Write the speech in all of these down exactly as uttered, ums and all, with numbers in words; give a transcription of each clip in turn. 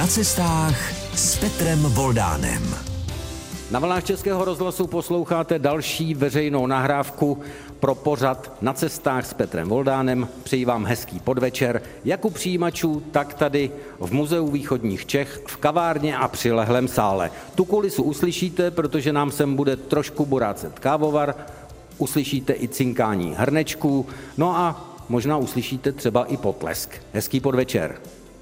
Na cestách s Petrem Voldánem. Na vlnách Českého rozhlasu posloucháte další veřejnou nahrávku pro pořad Na cestách s Petrem Voldánem. Přeji vám hezký podvečer, jak u přijímačů, tak tady v Muzeu východních Čech, v kavárně a přilehlém sále. Tu kulisu uslyšíte, protože nám sem bude trošku burácet kávovar, uslyšíte i cinkání hrnečků, no a možná uslyšíte třeba i potlesk. Hezký podvečer.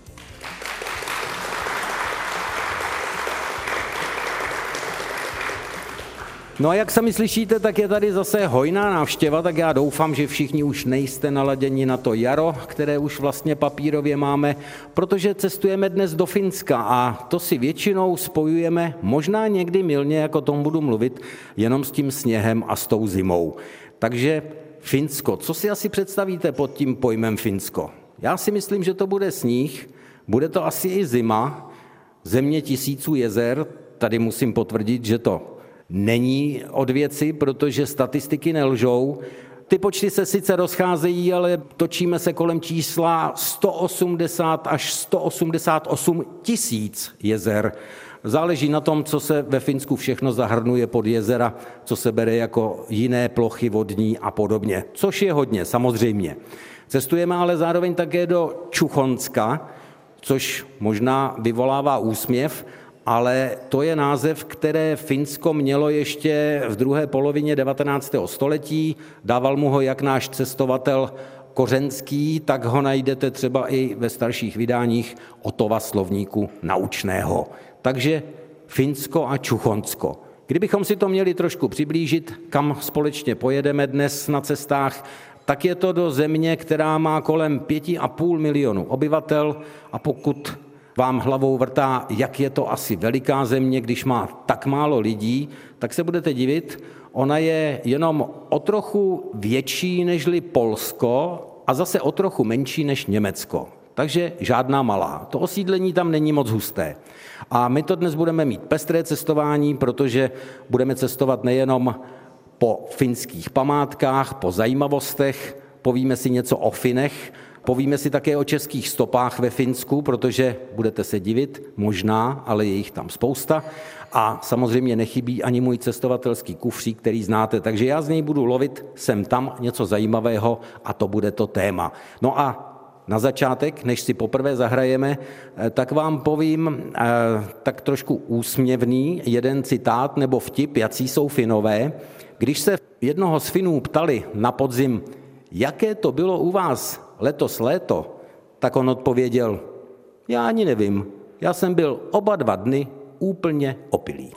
No a jak sami slyšíte, tak je tady zase hojná návštěva, tak já doufám, že všichni už nejste naladěni na to jaro, které už vlastně papírově máme, protože cestujeme dnes do Finska a to si většinou spojujeme, možná někdy mylně, jako tomu budu mluvit, jenom s tím sněhem a s tou zimou. Takže Finsko, co si asi představíte pod tím pojmem Finsko? Já si myslím, že to bude sníh, bude to asi i zima, země tisíců jezer, tady musím potvrdit, že to není od věci, protože statistiky nelžou. Ty počty se sice rozcházejí, ale točíme se kolem čísla sto osmdesát až sto osmdesát osm tisíc jezer. Záleží na tom, co se ve Finsku všechno zahrnuje pod jezera, co se bere jako jiné plochy vodní a podobně. Což je hodně, samozřejmě. Cestujeme ale zároveň také do Čuchonska, což možná vyvolává úsměv, ale to je název, které Finsko mělo ještě v druhé polovině devatenáctého století. Dával mu ho jak náš cestovatel Kořenský, tak ho najdete třeba i ve starších vydáních Ottova slovníku naučného. Takže Finsko a Čuchonsko. Kdybychom si to měli trošku přiblížit, kam společně pojedeme dnes na cestách, tak je to do země, která má kolem pět a půl milionu obyvatel a pokud vám hlavou vrtá, jak je to asi veliká země, když má tak málo lidí, tak se budete divit, ona je jenom o trochu větší nežli Polsko a zase o trochu menší než Německo. Takže žádná malá. To osídlení tam není moc husté. A my to dnes budeme mít pestré cestování, protože budeme cestovat nejenom po finských památkách, po zajímavostech, povíme si něco o Finech, povíme si také o českých stopách ve Finsku, protože budete se divit, možná, ale je jich tam spousta. A samozřejmě nechybí ani můj cestovatelský kufřík, který znáte, takže já z něj budu lovit sem tam něco zajímavého a to bude to téma. No a na začátek, než si poprvé zahrajeme, tak vám povím tak trošku úsměvný jeden citát nebo vtip, jací jsou Finové. Když se jednoho z Finů ptali na podzim, jaké to bylo u vás letos léto, tak on odpověděl, já ani nevím, já jsem byl oba dva dny úplně opilý.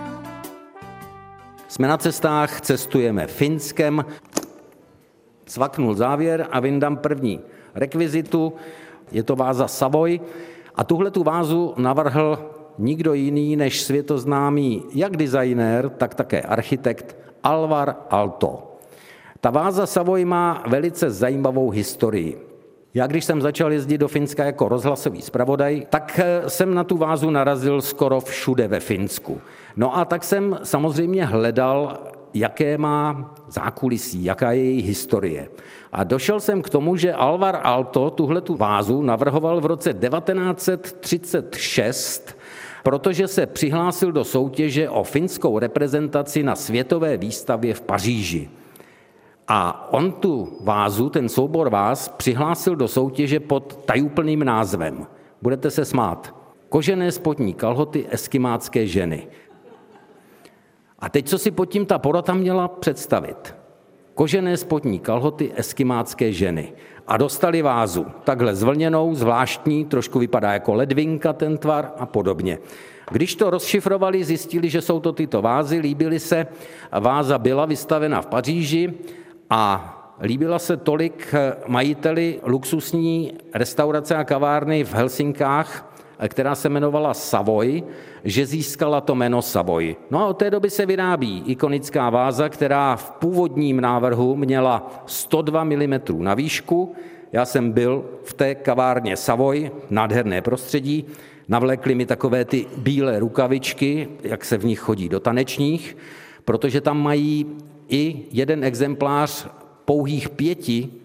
Jsme na cestách, cestujeme Finskem, cvaknul závěr a vyndám první rekvizitu, je to váza Savoy a tuhle tu vázu navrhl nikdo jiný než světoznámý jak designér, tak také architekt Alvar Aalto. Ta váza Savoy má velice zajímavou historii. Já když jsem začal jezdit do Finska jako rozhlasový zpravodaj, tak jsem na tu vázu narazil skoro všude ve Finsku. No a tak jsem samozřejmě hledal, jaké má zákulisí, jaká je její historie. A došel jsem k tomu, že Alvar Aalto tuhletu vázu navrhoval v roce devatenáct set třicet šest, protože se přihlásil do soutěže o finskou reprezentaci na světové výstavě v Paříži. A on tu vázu, ten soubor váz, přihlásil do soutěže pod tajuplným názvem. Budete se smát. Kožené spodní kalhoty eskimácké ženy. A teď, co si pod tím ta porota měla představit? Kožené spodní kalhoty eskimácké ženy. A dostali vázu, takhle zvlněnou, zvláštní, trošku vypadá jako ledvinka ten tvar a podobně. Když to rozšifrovali, zjistili, že jsou to tyto vázy, líbily se. Váza byla vystavena v Paříži a líbila se tolik majiteli luxusní restaurace a kavárny v Helsinkách, která se jmenovala Savoy, že získala to jméno Savoy. No a od té doby se vyrábí ikonická váza, která v původním návrhu měla sto dva milimetrů na výšku. Já jsem byl v té kavárně Savoy, nádherné prostředí, navlékli mi takové ty bílé rukavičky, jak se v nich chodí do tanečních, protože tam mají i jeden exemplář pouhých pěti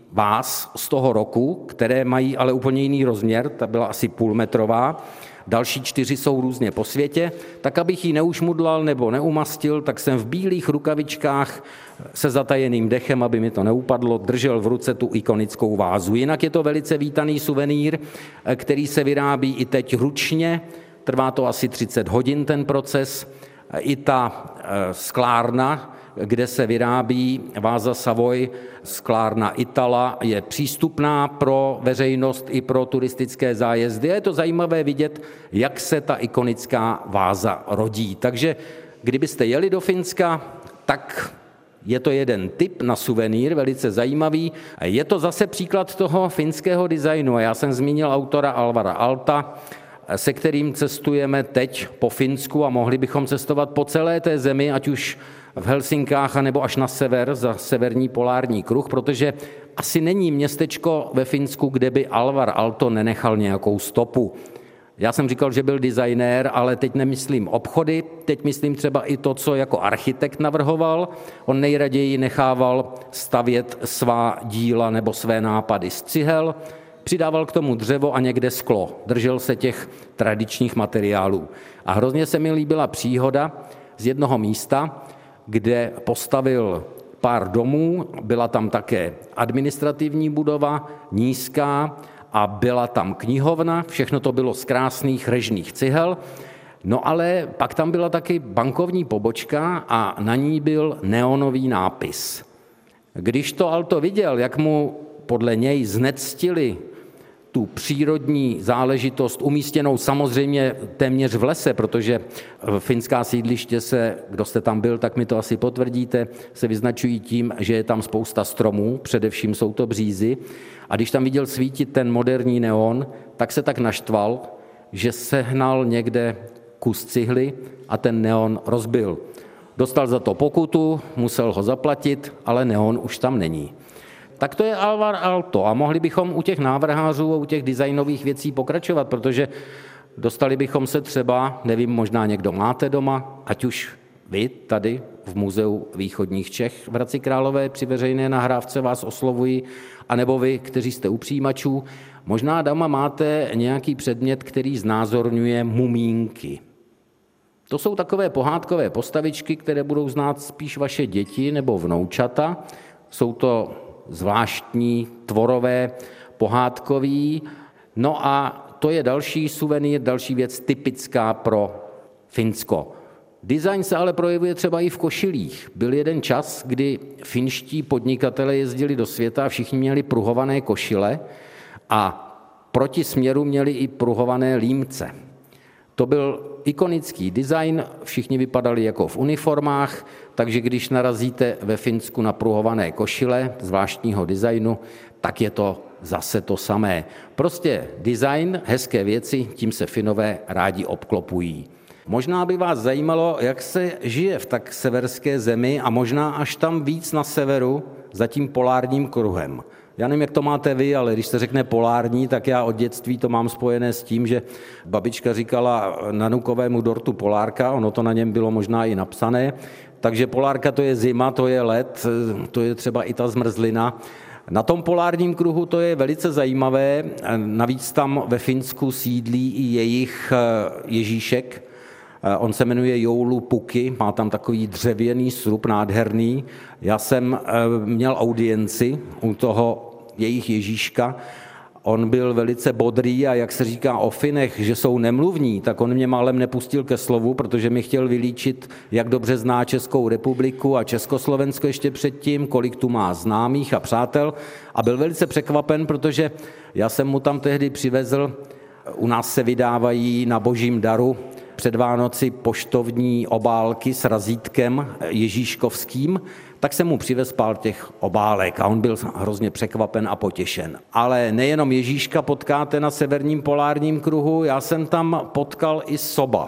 váz z toho roku, které mají ale úplně jiný rozměr, ta byla asi půlmetrová, další čtyři jsou různě po světě, tak abych ji neušmudlal nebo neumastil, tak jsem v bílých rukavičkách se zatajeným dechem, aby mi to neupadlo, držel v ruce tu ikonickou vázu. Jinak je to velice vítaný suvenýr, který se vyrábí i teď ručně, trvá to asi třicet hodin ten proces. I ta sklárna, kde se vyrábí váza Savoy, sklárna Itala, je přístupná pro veřejnost i pro turistické zájezdy. Je to zajímavé vidět, jak se ta ikonická váza rodí. Takže kdybyste jeli do Finska, tak je to jeden tip na suvenýr, velice zajímavý. Je to zase příklad toho finského designu. Já jsem zmínil autora Alvara Alta, se kterým cestujeme teď po Finsku a mohli bychom cestovat po celé té zemi, ať už v Helsinkách, anebo až na sever, za severní polární kruh, protože asi není městečko ve Finsku, kde by Alvar Aalto nenechal nějakou stopu. Já jsem říkal, že byl designér, ale teď nemyslím obchody, teď myslím třeba i to, co jako architekt navrhoval. On nejraději nechával stavět svá díla nebo své nápady z cihel, přidával k tomu dřevo a někde sklo. Držel se těch tradičních materiálů. A hrozně se mi líbila příhoda z jednoho místa, kde postavil pár domů, byla tam také administrativní budova, nízká, a byla tam knihovna, všechno to bylo z krásných režných cihel, no ale pak tam byla taky bankovní pobočka a na ní byl neonový nápis. Když to Aalto viděl, jak mu podle něj znectili tu přírodní záležitost umístěnou samozřejmě téměř v lese, protože finská sídliště se, kdo jste tam byl, tak mi to asi potvrdíte, se vyznačují tím, že je tam spousta stromů, především jsou to břízy. A když tam viděl svítit ten moderní neon, tak se tak naštval, že sehnal někde kus cihly a ten neon rozbil. Dostal za to pokutu, musel ho zaplatit, ale neon už tam není. Tak to je Alvar Aalto a mohli bychom u těch návrhářů a u těch designových věcí pokračovat, protože dostali bychom se třeba, nevím, možná někdo máte doma, ať už vy tady v Muzeu východních Čech v Hradci Králové při veřejné nahrávce vás oslovují, anebo vy, kteří jste u přijímačů, možná doma máte nějaký předmět, který znázorňuje mumínky. To jsou takové pohádkové postavičky, které budou znát spíš vaše děti nebo vnoučata. Jsou to zvláštní tvorové pohádkový. No a to je další suvenýr, další věc typická pro Finsko. Design se ale projevuje třeba i v košilích. Byl jeden čas, kdy finští podnikatelé jezdili do světa a všichni měli pruhované košile a proti směru měli i pruhované límce. To byl ikonický design, všichni vypadali jako v uniformách, takže když narazíte ve Finsku na pruhované košile zvláštního designu, tak je to zase to samé. Prostě design, hezké věci, tím se Finové rádi obklopují. Možná by vás zajímalo, jak se žije v tak severské zemi a možná až tam víc na severu za tím polárním kruhem. Já nevím, jak to máte vy, ale když se řekne polární, tak já od dětství to mám spojené s tím, že babička říkala nanukovému dortu polárka, ono to na něm bylo možná i napsané, takže polárka to je zima, to je led, to je třeba i ta zmrzlina. Na tom polárním kruhu to je velice zajímavé, navíc tam ve Finsku sídlí i jejich Ježíšek. On se jmenuje Joulu Puky, má tam takový dřevěný srub nádherný. Já jsem měl audienci u toho jejich Ježíška. On byl velice bodrý a jak se říká o Finech, že jsou nemluvní, tak on mě málem nepustil ke slovu, protože mi chtěl vylíčit, jak dobře zná Českou republiku a Československo ještě předtím, kolik tu má známých a přátel. A byl velice překvapen, protože já jsem mu tam tehdy přivezl, u nás se vydávají na Božím daru před Vánoci poštovní obálky s razítkem ježíškovským, tak jsem mu přivez pár těch obálek a on byl hrozně překvapen a potěšen. Ale nejenom Ježíška potkáte na severním polárním kruhu, já jsem tam potkal i soba,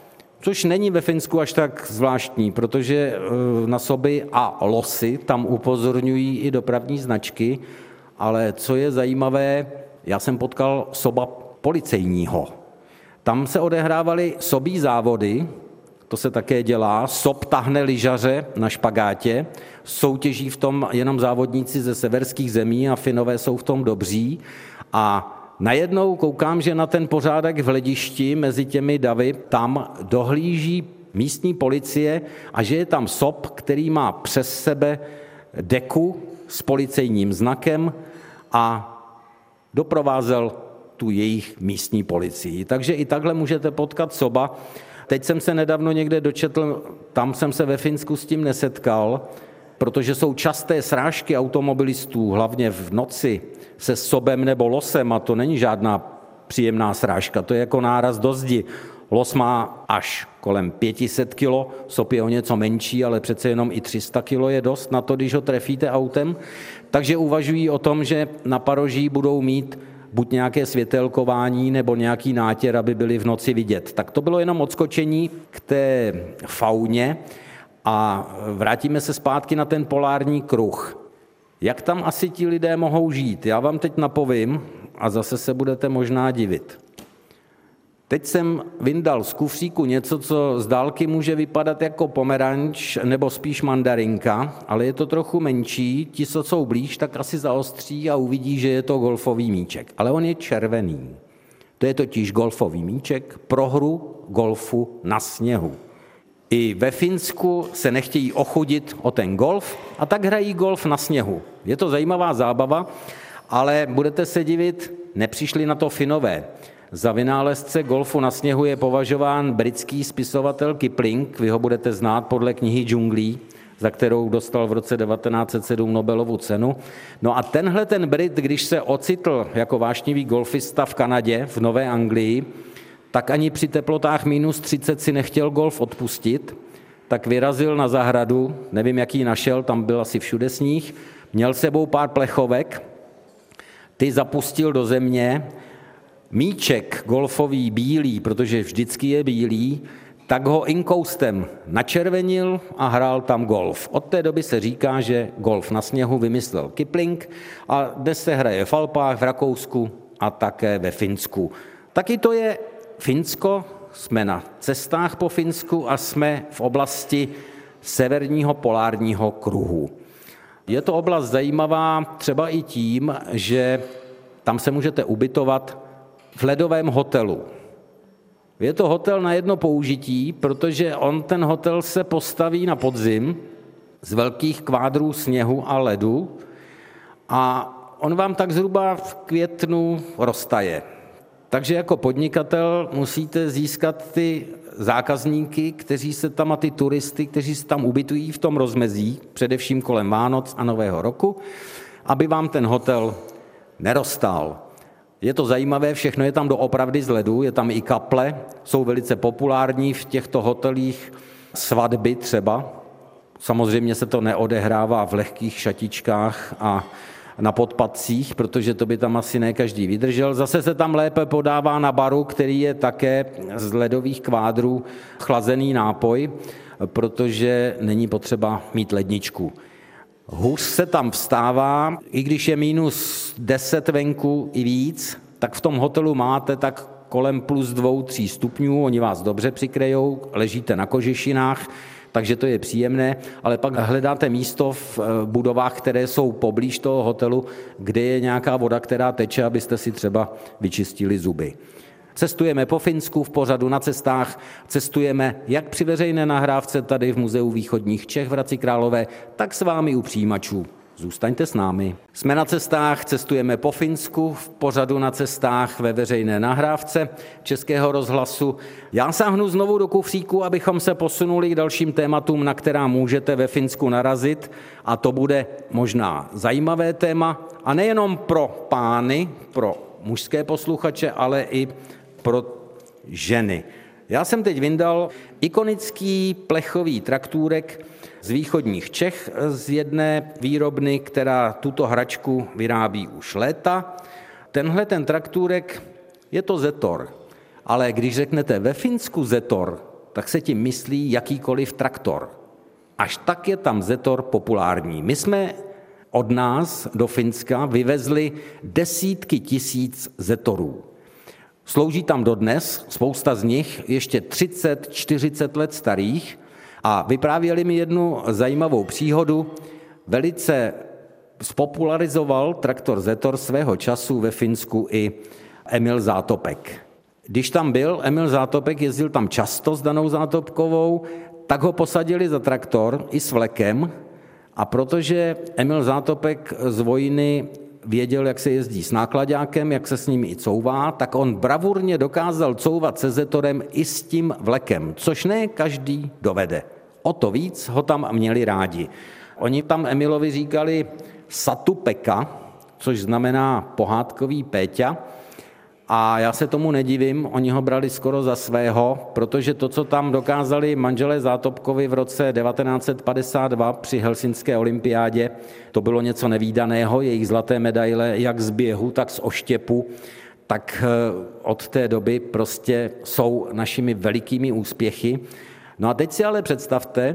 což není ve Finsku až tak zvláštní, protože na soby a losy tam upozorňují i dopravní značky, ale co je zajímavé, já jsem potkal soba policejního. Tam se odehrávaly sobí závody, to se také dělá. S O P tahne lyžaře na špagátě, soutěží v tom jenom závodníci ze severských zemí a Finové jsou v tom dobří. A najednou koukám, že na ten pořádek v hledišti mezi těmi davy tam dohlíží místní policie a že je tam S O P, který má přes sebe deku s policejním znakem a doprovázel tu jejich místní policii. Takže i takhle můžete potkat soba. Teď jsem se nedávno někde dočetl, tam jsem se ve Finsku s tím nesetkal, protože jsou časté srážky automobilistů, hlavně v noci, se sobem nebo losem, a to není žádná příjemná srážka, to je jako náraz do zdi. Los má až kolem pět set kilo, sob je o něco menší, ale přece jenom i tři sta kilo je dost na to, když ho trefíte autem. Takže uvažují o tom, že na Paroží budou mít buď nějaké světelkování nebo nějaký nátěr, aby byli v noci vidět. Tak to bylo jenom odskočení k té fauně a vrátíme se zpátky na ten polární kruh. Jak tam asi ti lidé mohou žít? Já vám teď napovím a zase se budete možná divit. Teď jsem vyndal z kufříku něco, co z dálky může vypadat jako pomeranč nebo spíš mandarinka, ale je to trochu menší. Ti, co jsou blíž, tak asi zaostří a uvidí, že je to golfový míček. Ale on je červený. To je totiž golfový míček pro hru golfu na sněhu. I ve Finsku se nechtějí ochudit o ten golf a tak hrají golf na sněhu. Je to zajímavá zábava, ale budete se divit, nepřišli na to Finové. Za vynálezce golfu na sněhu je považován britský spisovatel Kipling, vy ho budete znát podle knihy Džunglí, za kterou dostal v roce devatenáct set sedm Nobelovu cenu. No a tenhle ten Brit, když se ocitl jako vášnivý golfista v Kanadě, v Nové Anglii, tak ani při teplotách minus třicet si nechtěl golf odpustit, tak vyrazil na zahradu, nevím, jaký našel, tam byl asi všude sníh, měl sebou pár plechovek, ty zapustil do země, míček golfový bílý, protože vždycky je bílý, tak ho inkoustem načervenil a hrál tam golf. Od té doby se říká, že golf na sněhu vymyslel Kipling a dnes se hraje v Alpách, v Rakousku a také ve Finsku. Taky to je Finsko, jsme na cestách po Finsku a jsme v oblasti severního polárního kruhu. Je to oblast zajímavá třeba i tím, že tam se můžete ubytovat v ledovém hotelu. Je to hotel na jedno použití, protože on ten hotel se postaví na podzim z velkých kvádrů sněhu a ledu a on vám tak zhruba v květnu roztaje. Takže jako podnikatel musíte získat ty zákazníky, kteří se tam a ty turisty, kteří se tam ubytují v tom rozmezí, především kolem Vánoc a Nového roku, aby vám ten hotel neroztál. Je to zajímavé, všechno je tam doopravdy z ledu, je tam i kaple, jsou velice populární v těchto hotelích svatby třeba. Samozřejmě se to neodehrává v lehkých šatičkách a na podpatcích, protože to by tam asi ne každý vydržel. Zase se tam lépe podává na baru, který je také z ledových kvádrů chlazený nápoj, protože není potřeba mít ledničku. Hůř se tam vstává, i když je minus deset venku i víc, tak v tom hotelu máte tak kolem plus dvou, tří stupňů, oni vás dobře přikrejou, ležíte na kožešinách, takže to je příjemné, ale pak hledáte místo v budovách, které jsou poblíž toho hotelu, kde je nějaká voda, která teče, abyste si třeba vyčistili zuby. Cestujeme po Finsku v pořadu Na cestách, cestujeme jak při veřejné nahrávce tady v Muzeu východních Čech v Hradci Králové, tak s vámi u přijímačů. Zůstaňte s námi. Jsme na cestách, cestujeme po Finsku v pořadu Na cestách ve veřejné nahrávce Českého rozhlasu. Já sáhnu znovu do kufříku, abychom se posunuli k dalším tématům, na která můžete ve Finsku narazit, a to bude možná zajímavé téma, a nejenom pro pány, pro mužské posluchače, ale i pro ženy. Já jsem teď vyndal ikonický plechový traktůrek z východních Čech, z jedné výrobny, která tuto hračku vyrábí už léta. Tenhle ten traktůrek, je to Zetor, ale když řeknete ve Finsku Zetor, tak se tím myslí jakýkoliv traktor. Až tak je tam Zetor populární. My jsme od nás do Finska vyvezli desítky tisíc Zetorů. Slouží tam dodnes, spousta z nich, ještě třicet čtyřicet let starých, a vyprávěli mi jednu zajímavou příhodu. Velice spopularizoval traktor Zetor svého času ve Finsku i Emil Zátopek. Když tam byl, Emil Zátopek jezdil tam často s Danou Zátopkovou, tak ho posadili za traktor i s vlekem, a protože Emil Zátopek z vojny věděl, jak se jezdí s náklaďákem, jak se s ním i couvá, tak on bravurně dokázal couvat se Zetorem i s tím vlekem, což ne každý dovede. O to víc ho tam měli rádi. Oni tam Emilovi říkali Satupeka, což znamená pohádkový Péťa, a já se tomu nedivím, oni ho brali skoro za svého, protože to, co tam dokázali manželé Zátopkovi v roce devatenáct set padesát dva při helsinské olympiádě, to bylo něco nevídaného, jejich zlaté medaile jak z běhu, tak z oštěpu, tak od té doby prostě jsou našimi velikými úspěchy. No a teď si ale představte,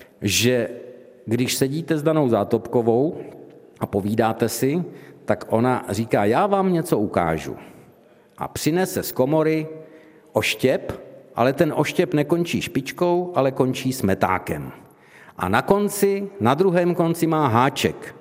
že když sedíte s Danou Zátopkovou a povídáte si, tak ona říká, já vám něco ukážu. A přinese z komory oštěp, ale ten oštěp nekončí špičkou, ale končí smetákem. A na konci, na druhém konci má háček.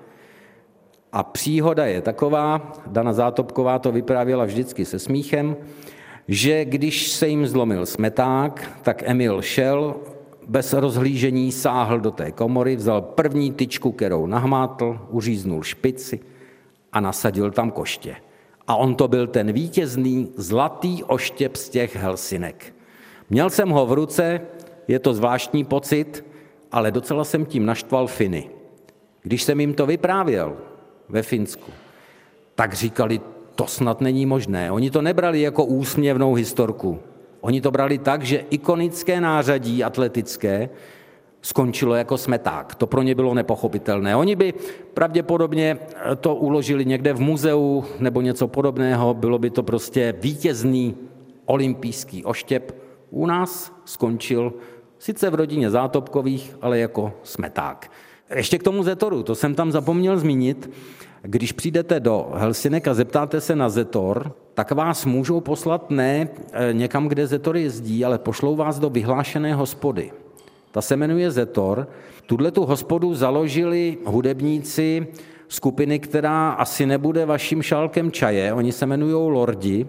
A příhoda je taková, Dana Zátopková to vyprávěla vždycky se smíchem, že když se jim zlomil smeták, tak Emil šel, bez rozhlížení sáhl do té komory, vzal první tyčku, kterou nahmátl, uříznul špici a nasadil tam koště. A on to byl ten vítězný zlatý oštěp z těch Helsinek. Měl jsem ho v ruce, je to zvláštní pocit, ale docela jsem tím naštval Finy. Když jsem jim to vyprávěl ve Finsku, tak říkali, to snad není možné. Oni to nebrali jako úsměvnou historku. Oni to brali tak, že ikonické nářadí atletické skončilo jako smeták. To pro ně bylo nepochopitelné. Oni by pravděpodobně to uložili někde v muzeu nebo něco podobného. Bylo by to prostě vítězný olympijský oštěp. U nás skončil sice v rodině Zátopkových, ale jako smeták. Ještě k tomu Zetoru, to jsem tam zapomněl zmínit. Když přijdete do Helsinek a zeptáte se na Zetor, tak vás můžou poslat ne někam, kde Zetor jezdí, ale pošlou vás do vyhlášené hospody. Ta se jmenuje Zetor. Tuhletu hospodu založili hudebníci skupiny, která asi nebude vaším šálkem čaje. Oni se jmenují Lordi.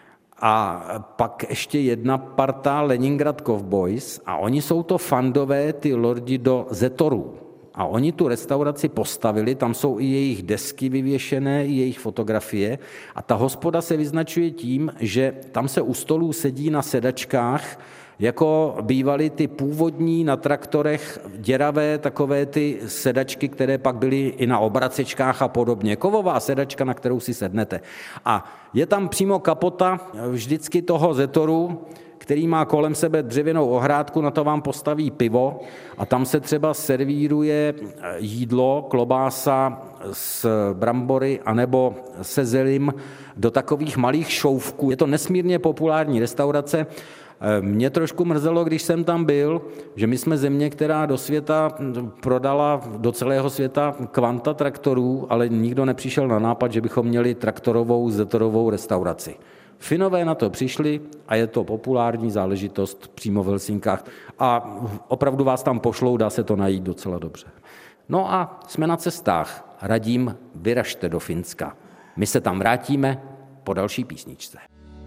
A pak ještě jedna parta Leningrad Cowboys. A oni jsou to fandové, ty Lordi, do Zetorů. A oni tu restauraci postavili, tam jsou i jejich desky vyvěšené, i jejich fotografie. A ta hospoda se vyznačuje tím, že tam se u stolů sedí na sedačkách, jako bývaly ty původní na traktorech děravé takové ty sedačky, které pak byly i na obracečkách a podobně. Kovová sedačka, na kterou si sednete. A je tam přímo kapota vždycky toho Zetoru, který má kolem sebe dřevěnou ohrádku, na to vám postaví pivo a tam se třeba servíruje jídlo, klobása s brambory anebo se zelim do takových malých šoufků. Je to nesmírně populární restaurace. Mě trošku mrzelo, když jsem tam byl, že my jsme země, která do světa prodala, do celého světa kvanta traktorů, ale nikdo nepřišel na nápad, že bychom měli traktorovou, zetorovou restauraci. Finové na to přišli a je to populární záležitost přímo v Helsinkách. A opravdu vás tam pošlou, dá se to najít docela dobře. No a jsme na cestách. Radím, vyražte do Finska. My se tam vrátíme po další písničce.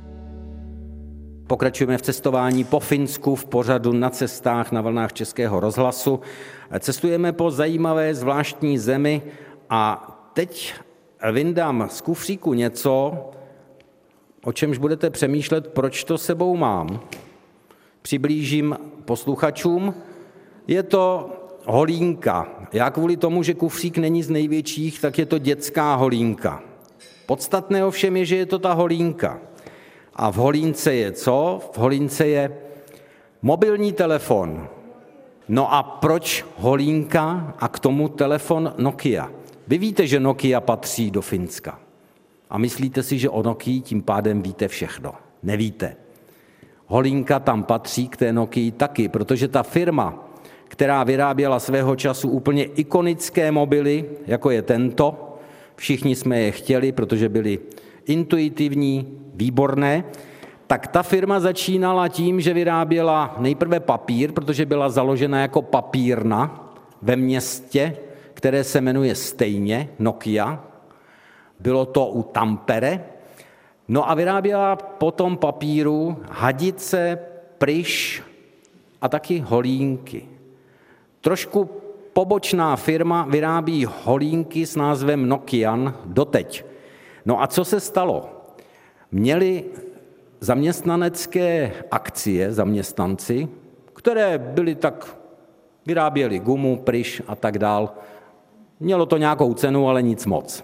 Pokračujeme v cestování po Finsku v pořadu Na cestách na vlnách Českého rozhlasu. Cestujeme po zajímavé zvláštní zemi a teď vyndám z kufříku něco, o čemž budete přemýšlet, proč to sebou mám. Přiblížím posluchačům. Je to holínka. Já kvůli tomu, že kufřík není z největších, tak je to dětská holínka. Podstatné ovšem je, že je to ta holínka. A v holínce je co? V holínce je mobilní telefon. No a proč holínka a k tomu telefon Nokia? Vy víte, že Nokia patří do Finska. A myslíte si, že o Nokii tím pádem víte všechno. Nevíte. Holínka tam patří k té Nokii taky, protože ta firma, která vyráběla svého času úplně ikonické mobily, jako je tento, všichni jsme je chtěli, protože byli intuitivní, výborné, Tak ta firma začínala tím, že vyráběla nejprve papír, protože byla založena jako papírna ve městě, které se jmenuje stejně Nokia. Bylo to u Tampere. No a vyráběla potom papíru hadice, pryš a taky holínky. Trošku pobočná firma vyrábí holínky s názvem Nokian doteď. No a co se stalo? Měli zaměstnanecké akcie, zaměstnanci, které byly tak, vyráběli gumu, pryš a tak dál. Mělo to nějakou cenu, ale nic moc.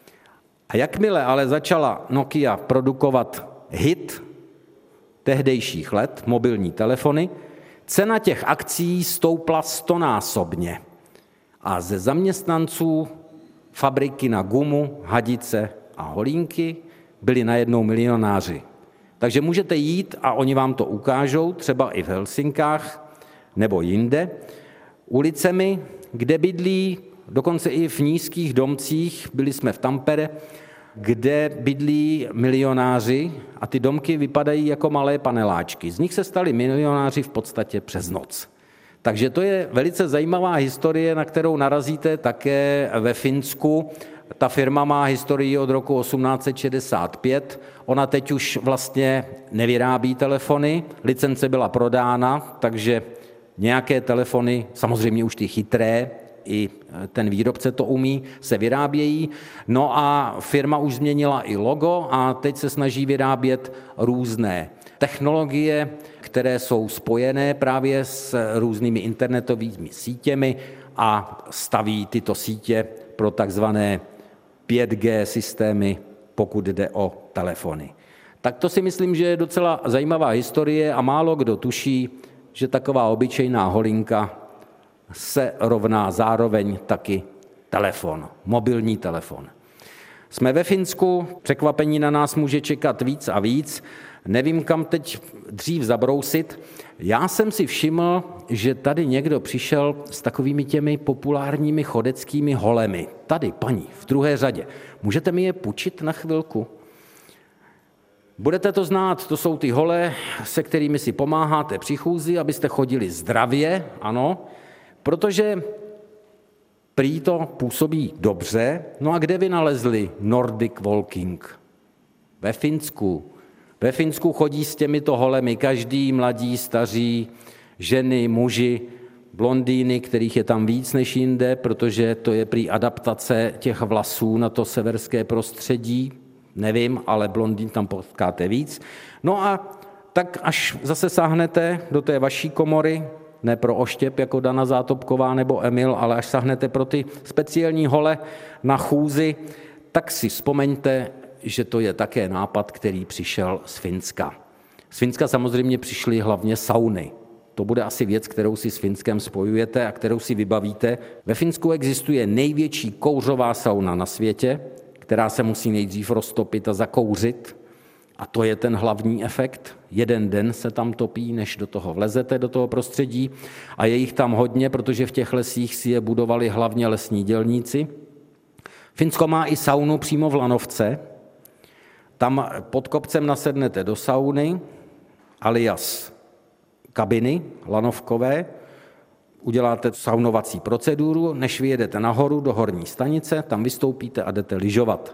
A jakmile ale začala Nokia produkovat hit tehdejších let, mobilní telefony, cena těch akcií stoupla stonásobně. A ze zaměstnanců fabriky na gumu, hadice a holínky byli najednou milionáři. Takže můžete jít a oni vám to ukážou, třeba i v Helsinkách nebo jinde, ulicemi, kde bydlí, dokonce i v nízkých domcích, byli jsme v Tampere, kde bydlí milionáři a ty domky vypadají jako malé paneláčky. Z nich se stali milionáři v podstatě přes noc. Takže to je velice zajímavá historie, na kterou narazíte také ve Finsku. Ta firma má historii od roku osmnáct set šedesát pět. Ona teď už vlastně nevyrábí telefony, licence byla prodána, takže nějaké telefony, samozřejmě už ty chytré, i ten výrobce to umí, se vyrábějí. No a firma už změnila i logo a teď se snaží vyrábět různé technologie, které jsou spojené právě s různými internetovými sítěmi a staví tyto sítě pro takzvané pět G systémy, pokud jde o telefony. Tak to si myslím, že je docela zajímavá historie a málo kdo tuší, že taková obyčejná holinka se rovná zároveň taky telefon, mobilní telefon. Jsme ve Finsku, překvapení na nás může čekat víc a víc. Nevím, kam teď dřív zabrousit. Já jsem si všiml, že tady někdo přišel s takovými těmi populárními chodeckými holemi. Tady, paní, v druhé řadě. Můžete mi je půjčit na chvilku? Budete to znát, to jsou ty hole, se kterými si pomáháte při chůzi, abyste chodili zdravě, ano, protože prý to působí dobře. No a kde vynalezli Nordic Walking? Ve Finsku. Ve Finsku chodí s těmito holemi každý, mladí, staří, ženy, muži, blondýny, kterých je tam víc než jinde, protože to je prý adaptace těch vlasů na to severské prostředí. Nevím, ale blondýn tam potkáte víc. No a tak až zase sáhnete do té vaší komory, ne pro oštěp jako Dana Zátopková nebo Emil, ale až sáhnete pro ty speciální hole na chůzi, tak si vzpomeňte, že to je také nápad, který přišel z Finska. Z Finska samozřejmě přišly hlavně sauny. To bude asi věc, kterou si s Finskem spojujete a kterou si vybavíte. Ve Finsku existuje největší kouřová sauna na světě, která se musí nejdřív roztopit a zakouřit. A to je ten hlavní efekt. Jeden den se tam topí, než do toho vlezete, do toho prostředí. A je jich tam hodně, protože v těch lesích si je budovali hlavně lesní dělníci. Finsko má i saunu přímo v lanovce. Tam pod kopcem nasednete do sauny, alias kabiny lanovkové, uděláte saunovací proceduru, než vyjedete nahoru do horní stanice, tam vystoupíte a jdete lyžovat.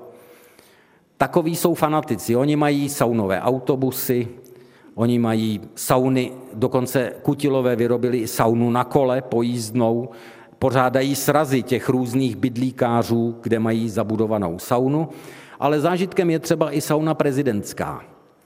Takoví jsou fanatici, oni mají saunové autobusy, oni mají sauny, dokonce Kutilové vyrobili i saunu na kole pojízdnou, pořádají srazy těch různých bydlíkářů, kde mají zabudovanou saunu, ale zážitkem je třeba i sauna prezidentská.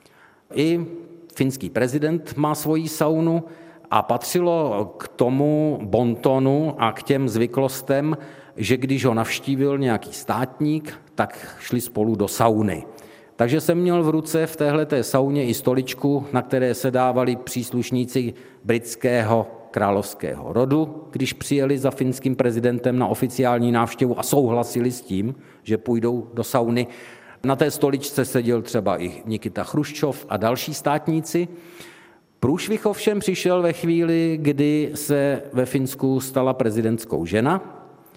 I finský prezident má svoji saunu a patřilo k tomu bontonu a k těm zvyklostem, že když ho navštívil nějaký státník, tak šli spolu do sauny. Takže jsem měl v ruce v téhleté sauně i stoličku, na které se dávali příslušníci britského královského rodu, když přijeli za finským prezidentem na oficiální návštěvu a souhlasili s tím, že půjdou do sauny. Na té stoličce seděl třeba i Nikita Chruščov a další státníci. Průšvih ovšem přišel ve chvíli, kdy se ve Finsku stala prezidentskou žena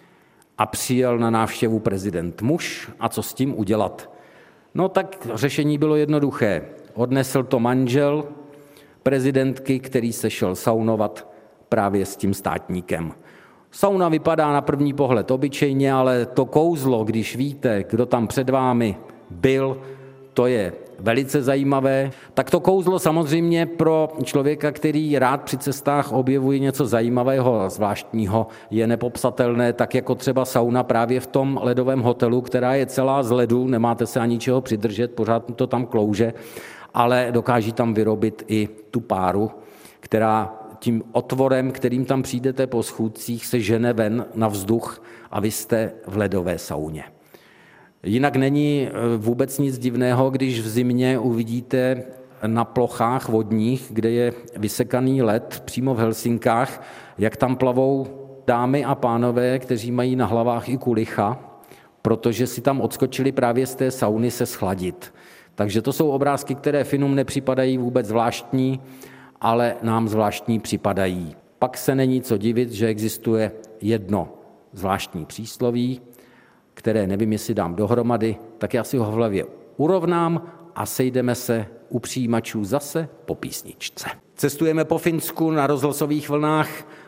a přijel na návštěvu prezident muž. A co s tím udělat? No tak řešení bylo jednoduché. Odnesl to manžel prezidentky, který se šel saunovat právě s tím státníkem. Sauna vypadá na první pohled obyčejně, ale to kouzlo, když víte, kdo tam před vámi byl, to je velice zajímavé. Tak to kouzlo samozřejmě pro člověka, který rád při cestách objevuje něco zajímavého a zvláštního, je nepopsatelné, tak jako třeba sauna právě v tom ledovém hotelu, která je celá z ledu, nemáte se ani čeho přidržet, pořád to tam klouže, ale dokáží tam vyrobit i tu páru, která tím otvorem, kterým tam přijdete po schůdcích, se žene ven na vzduch a vy jste v ledové sauně. Jinak není vůbec nic divného, když v zimě uvidíte na plochách vodních, kde je vysekaný led přímo v Helsinkách, jak tam plavou dámy a pánové, kteří mají na hlavách i kulicha, protože si tam odskočili právě z té sauny se schladit. Takže to jsou obrázky, které Finům nepřipadají vůbec zvláštní, ale nám zvláštní připadají. Pak se není co divit, že existuje jedno zvláštní přísloví, které nevím, jestli dám dohromady, tak já si ho v hlavě urovnám a sejdeme se u přijímačů zase po písničce. Cestujeme po Finsku na rozhlasových vlnách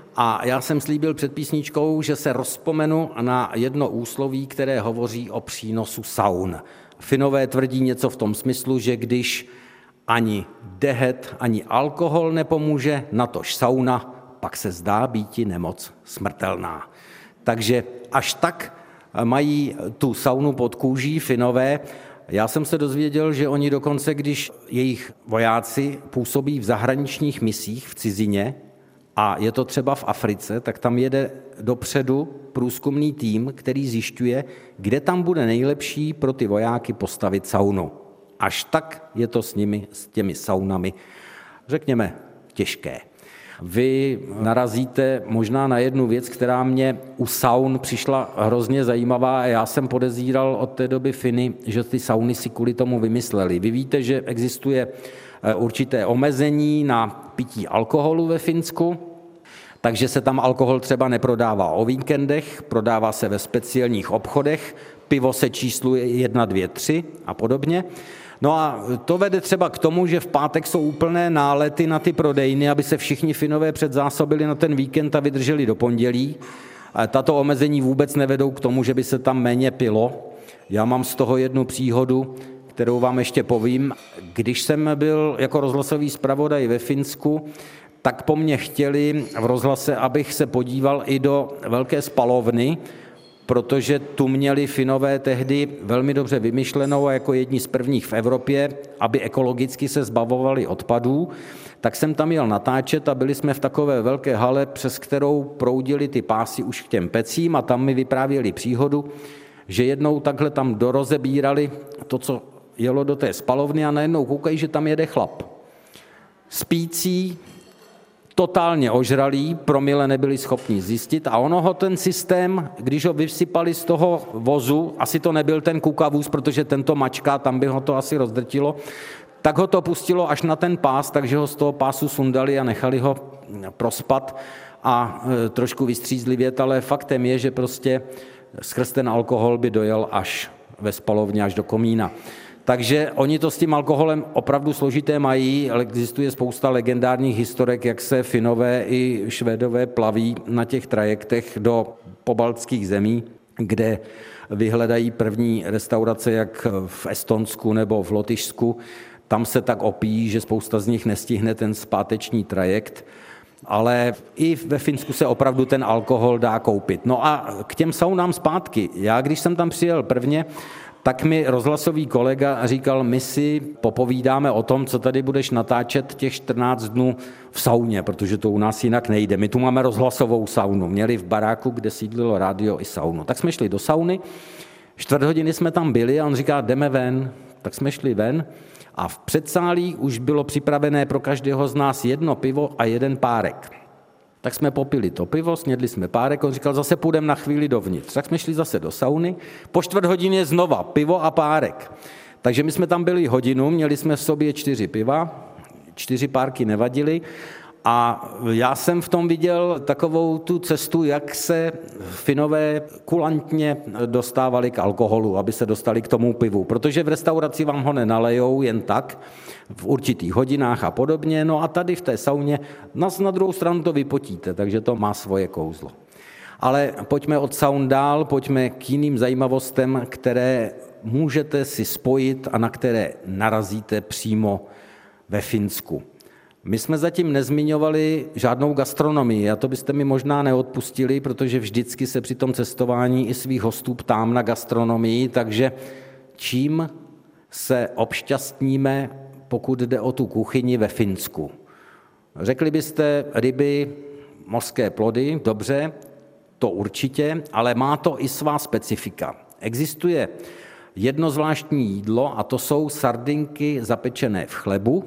a já jsem slíbil před písničkou, že se rozpomenu na jedno úsloví, které hovoří o přínosu saun. Finové tvrdí něco v tom smyslu, že když ani dehet, ani alkohol nepomůže, natož sauna, pak se zdá býti nemoc smrtelná. Takže až tak mají tu saunu pod kůží Finové. Já jsem se dozvěděl, že oni dokonce, když jejich vojáci působí v zahraničních misích v cizině, a je to třeba v Africe, tak tam jede dopředu průzkumný tým, který zjišťuje, kde tam bude nejlepší pro ty vojáky postavit saunu. Až tak je to s nimi, s těmi saunami, řekněme, těžké. Vy narazíte možná na jednu věc, která mě u saun přišla hrozně zajímavá a já jsem podezíral od té doby Finy, že ty sauny si kvůli tomu vymysleli. Vy víte, že existuje určité omezení na pití alkoholu ve Finsku, takže se tam alkohol třeba neprodává o víkendech, prodává se ve speciálních obchodech, pivo se čísluje jedna, dvě, tři a podobně. No a to vede třeba k tomu, že v pátek jsou úplné nálety na ty prodejny, aby se všichni Finové předzásobili na ten víkend a vydrželi do pondělí. A tato omezení vůbec nevedou k tomu, že by se tam méně pilo. Já mám z toho jednu příhodu, kterou vám ještě povím. Když jsem byl jako rozhlasový zpravodaj ve Finsku, tak po mně chtěli v rozhlase, abych se podíval i do velké spalovny, protože tu měli Finové tehdy velmi dobře vymyšlenou a jako jedni z prvních v Evropě, aby ekologicky se zbavovali odpadů, tak jsem tam jel natáčet a byli jsme v takové velké hale, přes kterou proudili ty pásy už k těm pecím a tam mi vyprávěli příhodu, že jednou takhle tam dorozebírali to, co jelo do té spalovny a najednou koukají, že tam jede chlap. Spící, totálně ožralí, promile nebyli schopni zjistit a ono ho ten systém, když ho vysypali z toho vozu, asi to nebyl ten kukavůz, protože tento mačka, tam by ho to asi rozdrtilo, tak ho to pustilo až na ten pás, takže ho z toho pásu sundali a nechali ho prospat a e, trošku vystřízlivět, ale faktem je, že prostě skrz ten alkohol by dojel až ve spalovně, až do komína. Takže oni to s tím alkoholem opravdu složité mají, ale existuje spousta legendárních historek, jak se Finové i Švédové plaví na těch trajektech do pobaltských zemí, kde vyhledají první restaurace jak v Estonsku nebo v Lotyšsku. Tam se tak opíjí, že spousta z nich nestihne ten zpáteční trajekt, ale i ve Finsku se opravdu ten alkohol dá koupit. No a k těm saunám zpátky. Já, když jsem tam přijel prvně, tak mi rozhlasový kolega říkal, my si popovídáme o tom, co tady budeš natáčet těch čtrnáct dnů v sauně, protože to u nás jinak nejde. My tu máme rozhlasovou saunu. Měli v baráku, kde sídlilo rádio, i saunu. Tak jsme šli do sauny, čtvrt hodiny jsme tam byli a on říká, jdeme ven. Tak jsme šli ven a v předsálí už bylo připravené pro každého z nás jedno pivo a jeden párek. Tak jsme popili to pivo, snědli jsme párek, on říkal, zase půjdeme na chvíli dovnitř. Tak jsme šli zase do sauny, po čtvrt hodině znova pivo a párek. Takže my jsme tam byli hodinu, měli jsme v sobě čtyři piva, čtyři párky nevadily A já jsem v tom viděl takovou tu cestu, jak se Finové kulantně dostávali k alkoholu, aby se dostali k tomu pivu. Protože v restauraci vám ho nenalejou jen tak, v určitých hodinách a podobně. No a tady v té sauně nás na druhou stranu to vypotíte, takže to má svoje kouzlo. Ale pojďme od saun dál, pojďme k jiným zajímavostem, které můžete si spojit a na které narazíte přímo ve Finsku. My jsme zatím nezmiňovali žádnou gastronomii a to byste mi možná neodpustili, protože vždycky se při tom cestování i svých hostů ptám na gastronomii, takže čím se obšťastníme, pokud jde o tu kuchyni ve Finsku? Řekli byste ryby, mořské plody, dobře, to určitě, ale má to i svá specifika. Existuje jedno zvláštní jídlo a to jsou sardinky zapečené v chlebu.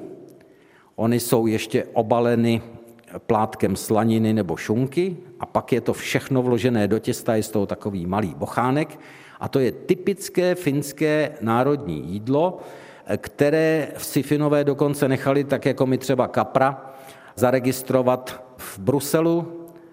Ony jsou ještě obaleny plátkem slaniny nebo šunky a pak je to všechno vložené do těsta, je z toho takový malý bochánek a to je typické finské národní jídlo, které si Finové dokonce nechali, tak jako my třeba kapra, zaregistrovat v Bruselu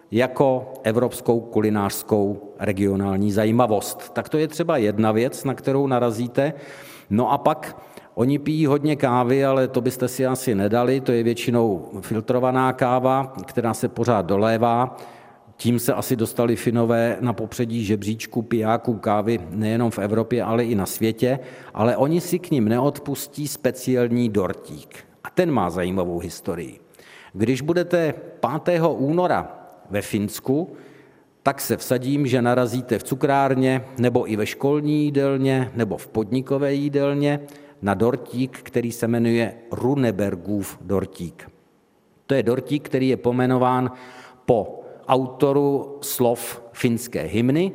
jako evropskou kulinářskou regionální zajímavost. Tak to je třeba jedna věc, na kterou narazíte. No a pak oni pijí hodně kávy, ale to byste si asi nedali, to je většinou filtrovaná káva, která se pořád dolévá. Tím se asi dostali Finové na popředí žebříčku pijáků kávy nejenom v Evropě, ale i na světě, ale oni si k nim neodpustí speciální dortík. A ten má zajímavou historii. Když budete pátého února ve Finsku, tak se vsadím, že narazíte v cukrárně nebo i ve školní jídelně nebo v podnikové jídelně na dortík, který se jmenuje Runebergův dortík. To je dortík, který je pomenován po autoru slov finské hymny,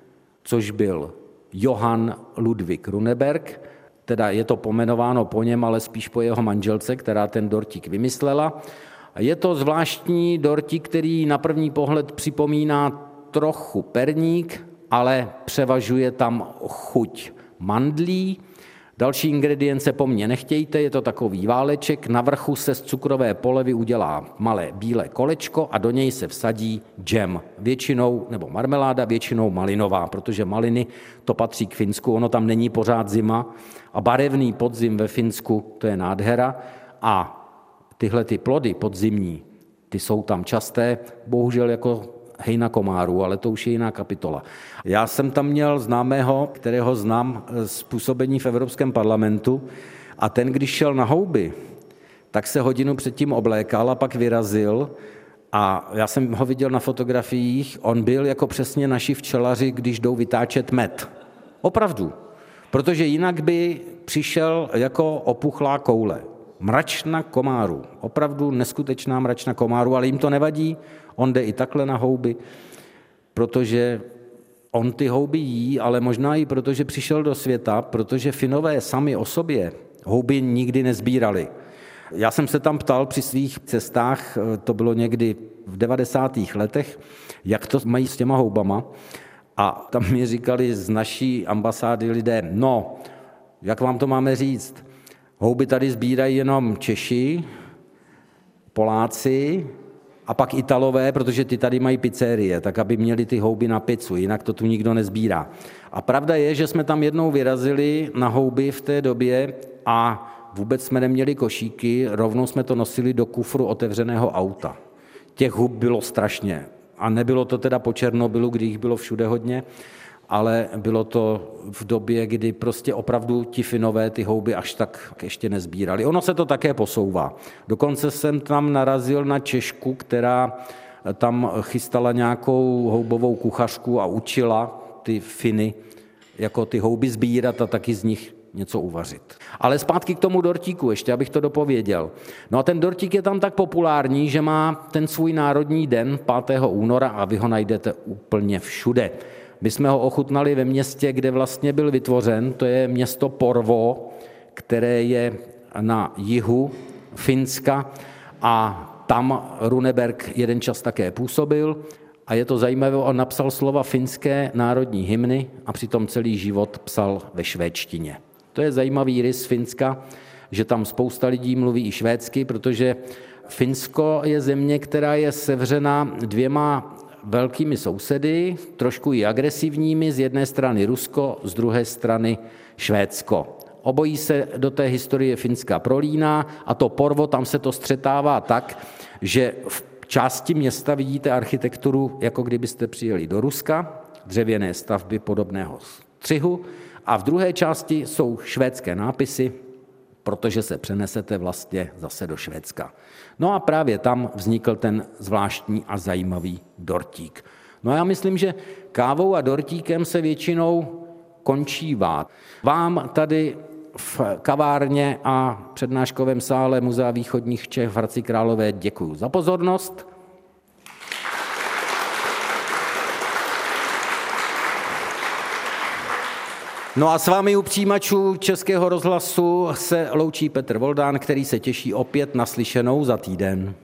což byl Johann Ludwig Runeberg, teda je to pomenováno po něm, ale spíš po jeho manželce, která ten dortík vymyslela. Je to zvláštní dortík, který na první pohled připomíná trochu perník, ale převažuje tam chuť mandlí. Další ingredience po mně nechtějte, je to takový váleček, na vrchu se z cukrové polevy udělá malé bílé kolečko a do něj se vsadí džem, většinou, nebo marmeláda, většinou malinová, protože maliny to patří k Finsku, ono tam není pořád zima a barevný podzim ve Finsku, to je nádhera a tyhle ty plody podzimní, ty jsou tam časté, bohužel jako hejna komárů, ale to už je jiná kapitola. Já jsem tam měl známého, kterého znám z působení v Evropském parlamentu a ten, když šel na houby, tak se hodinu předtím oblékal a pak vyrazil a já jsem ho viděl na fotografiích, on byl jako přesně naši včelaři, když jdou vytáčet med. Opravdu, protože jinak by přišel jako opuchlá koule. Mračna komárů, opravdu neskutečná mračna komárů, ale jim to nevadí, on jde i takhle na houby, protože on ty houby jí, ale možná i protože přišel do světa, protože Finové sami o sobě houby nikdy nezbírali. Já jsem se tam ptal při svých cestách, to bylo někdy v devadesátých letech, jak to mají s těma houbama a tam mi říkali z naší ambasády lidé, no, jak vám to máme říct, houby tady sbírají jenom Češi, Poláci a pak Italové, protože ty tady mají pizzerie, tak aby měli ty houby na pizzu, jinak to tu nikdo nezbírá. A pravda je, že jsme tam jednou vyrazili na houby v té době a vůbec jsme neměli košíky, rovnou jsme to nosili do kufru otevřeného auta. Těch hub bylo strašně. A nebylo to teda po Černobylu, kdy jich bylo všude hodně, ale bylo to v době, kdy prostě opravdu ti Finové ty houby až tak ještě nezbírali. Ono se to také posouvá. Dokonce jsem tam narazil na Češku, která tam chystala nějakou houbovou kuchařku a učila ty Finy jako ty houby sbírat a taky z nich něco uvařit. Ale zpátky k tomu dortíku, ještě abych to dopověděl. No a ten dortík je tam tak populární, že má ten svůj národní den pátého února a vy ho najdete úplně všude. My jsme ho ochutnali ve městě, kde vlastně byl vytvořen, to je město Porvoo, které je na jihu Finska a tam Runeberg jeden čas také působil a je to zajímavé, on napsal slova finské národní hymny a přitom celý život psal ve švédštině. To je zajímavý rys Finska, že tam spousta lidí mluví i švédsky, protože Finsko je země, která je sevřena dvěma velkými sousedy, trošku i agresivními, z jedné strany Rusko, z druhé strany Švédsko. Obojí se do té historie Finska prolíná a to Porvo, tam se to střetává tak, že v části města vidíte architekturu, jako kdybyste přijeli do Ruska, dřevěné stavby podobného střihu, a v druhé části jsou švédské nápisy, protože se přenesete vlastně zase do Švédska. No a právě tam vznikl ten zvláštní a zajímavý dortík. No a já myslím, že kávou a dortíkem se většinou končívá. Vám tady v kavárně a přednáškovém sále Muzea východních Čech v Hradci Králové děkuji za pozornost. No a s vámi u přijímačů Českého rozhlasu se loučí Petr Voldán, který se těší opět na slyšenou za týden.